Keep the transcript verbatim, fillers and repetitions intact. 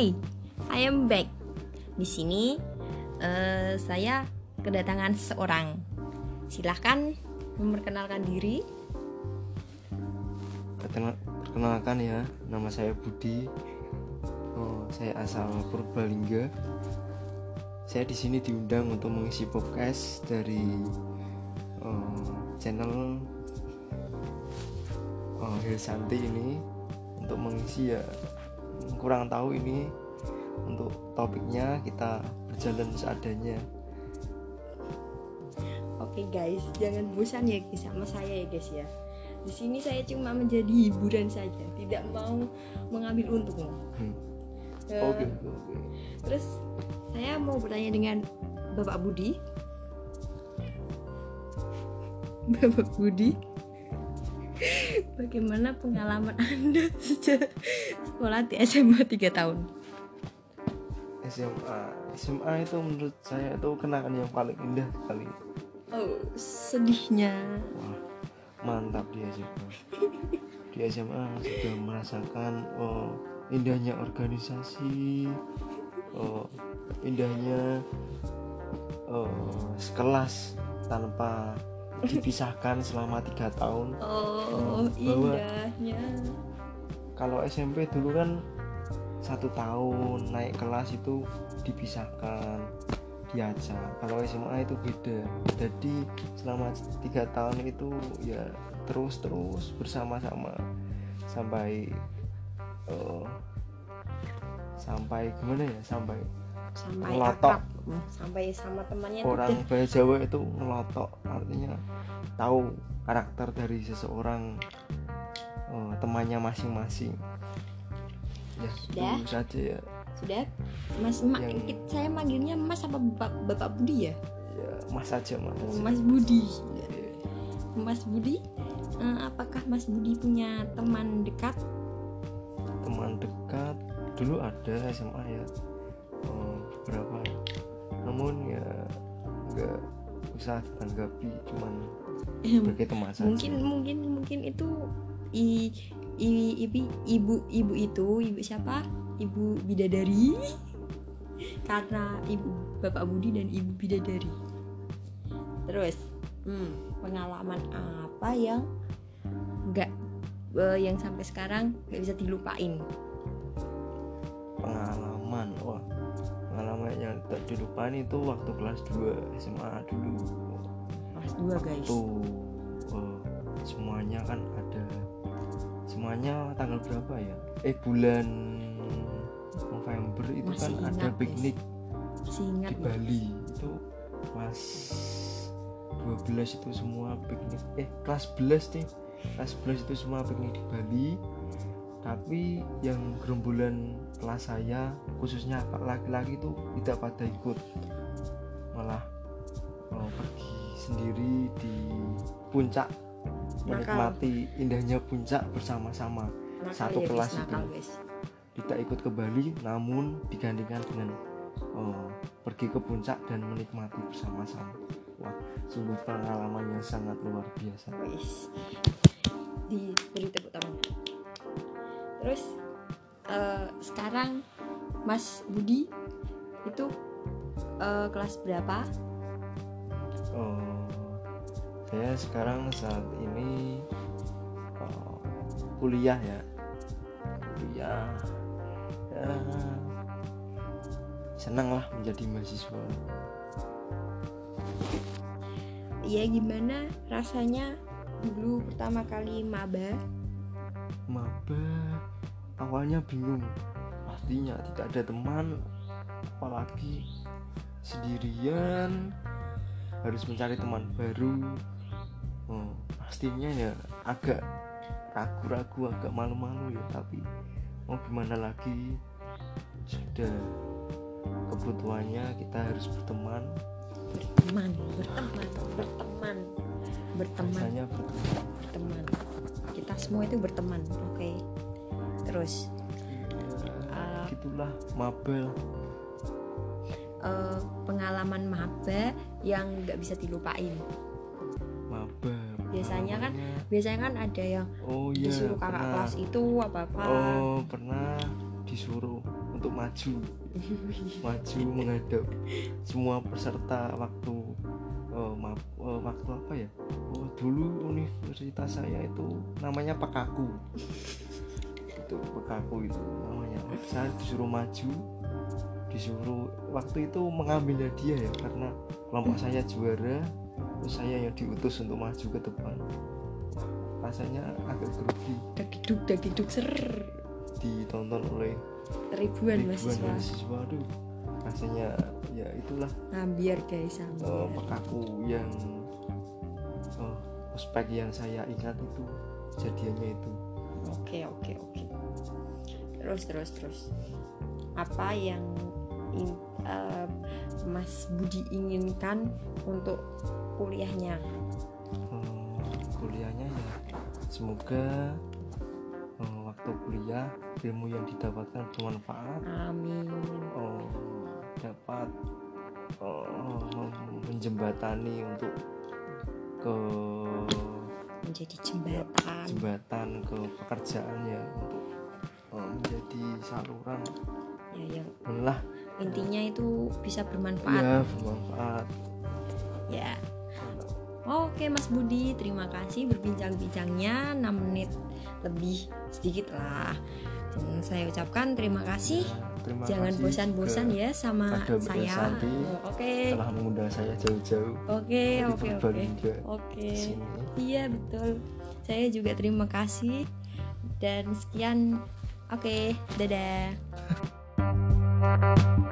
Hey, I am back. Di sini uh, saya kedatangan seseorang. Silahkan memperkenalkan diri. Perkenalkan ya, nama saya Budi. Oh, saya asal Purbalingga. Saya di sini diundang untuk mengisi podcast dari uh, channel uh, Hilsanti ini untuk mengisi ya. Kurang tahu ini untuk topiknya, kita berjalan seadanya. Oke guys, jangan bosan ya guys sama saya ya guys ya. Di sini saya cuma menjadi hiburan saja, tidak mau mengambil untung. Hmm. Uh, Oke, oke, oke. Terus saya mau bertanya dengan Bapak Budi. Bapak Budi, bagaimana pengalaman Anda sejak sekolah di S M A tiga tahun? S M A, S M A itu menurut saya itu kenangan yang paling indah sekali. Oh, sedihnya. Wah, mantap di S M A. Di S M A sudah merasakan oh, indahnya organisasi, oh, indahnya oh, sekelas tanpa dipisahkan selama tiga tahun. Oh, indahnya. Kalau S M P dulu kan satu tahun naik kelas itu dipisahkan, diajak. Kalau S M A itu beda. Jadi selama tiga tahun itu ya terus-terus bersama-sama sampai uh, sampai gimana ya sampai sampai ngelotok. akrab, sampai sama temannya. Orang bahasa Jawa itu ngelotok, artinya tahu karakter dari seseorang, uh, temannya masing-masing. Ya, Sudah? itu saja ya. Sudah? Mas, ma- Yang... saya manggilnya Mas apa Bapak, Bapak Budi ya? Ya, Mas saja, Mas. Oh, Mas Budi. Ya. Mas Budi, eh, apakah Mas Budi punya teman dekat? Teman dekat dulu ada S M A ya, oh, beberapa. Namun ya nggak usah ditanggapi, cuman sebagai teman saja. Mungkin mungkin mungkin itu i, i, ibu ibu ibu itu ibu siapa? Ibu bidadari. Karena ibu Bapak Budi dan ibu bidadari. Terus, hmm, pengalaman apa yang nggak uh, yang sampai sekarang nggak bisa dilupain? Pengalaman, wah, pengalaman yang tak dilupain itu waktu kelas dua S M A dulu. Kelas dua guys. Tuh, uh, semuanya kan ada, semuanya tanggal berapa ya? Eh bulan November itu Masih kan ingat, ada piknik Masih ingat di Bali. Itu kelas dua belas itu semua piknik. Eh kelas sebelas nih. Kelas sebelas itu semua piknik di Bali. Tapi yang gerombolan kelas saya, khususnya laki-laki itu tidak pada ikut. Malah oh, pergi sendiri di puncak, menikmati indahnya puncak bersama-sama. Nakal Satu ya, kelas guys, itu nakal, guys. tidak ikut ke Bali, namun digantikan dengan oh, pergi ke puncak dan menikmati bersama-sama. Wah, sungguh pengalaman yang sangat luar biasa. Wis, diberi tepuk tangan. Terus uh, sekarang Mas Budi itu uh, kelas berapa? Oh, saya sekarang saat ini oh, kuliah ya, kuliah. Ya, senang lah menjadi mahasiswa. Iya, gimana rasanya dulu pertama kali maba? Maba awalnya bingung, pastinya tidak ada teman, apalagi sendirian, harus mencari teman baru. Oh, pastinya ya agak ragu-ragu, agak malu-malu ya, tapi mau gimana lagi, sudah kebutuhannya kita harus berteman. Berteman, berteman, berteman, berteman, Rasanya berteman. berteman. Kita semua itu berteman, oke. Okay. Terus, Ya, uh, gitulah maba. Uh, pengalaman maba yang nggak bisa dilupain. Maba. Biasanya kan, Pengalamannya- biasanya kan ada yang oh iya, disuruh kakak pernah. kelas itu apa apa. Oh, pernah disuruh untuk maju maju menghadap semua peserta waktu uh, ma- uh, waktu apa ya oh, dulu universitas saya itu namanya Pekaku itu Pekaku itu namanya. Saya disuruh maju, disuruh waktu itu mengambil hadiah ya, karena kelompok saya juara, terus saya yang diutus untuk maju ke depan. Rasanya agak grogi, dagiduk dagiduk ser ditonton oleh ribuan, ribuan mahasiswa. mahasiswa. Aduh, rasanya ya itulah Ambiar guys, uh, ambiar. Pekaku yang uh, ospek yang saya ingat itu kejadiannya itu. Oke oke oke. Terus terus terus. Apa yang in, uh, Mas Budi inginkan untuk kuliahnya? Hmm, kuliahnya ya semoga hmm, waktu kuliah ilmu yang didapatkan bermanfaat. Amin. Oh, dapat oh, menjembatani untuk ke Menjadi jembatan. jembatan ke pekerjaan ya, untuk oh, menjadi saluran Ya yang lah, intinya itu bisa bermanfaat. ya bermanfaat. Ya. Oke Mas Budi, terima kasih berbincang-bincangnya enam menit lebih sedikit lah. Hmm, saya ucapkan terima kasih. Terima Jangan kasih bosan-bosan juga ya sama pada Mbak saya. Santi Oh, Oke. telah mengundang saya jauh-jauh Oke, dari oke, oke. Purbalingga Oke. ke sini. Iya, betul. Saya juga terima kasih dan sekian. Oke, dadah.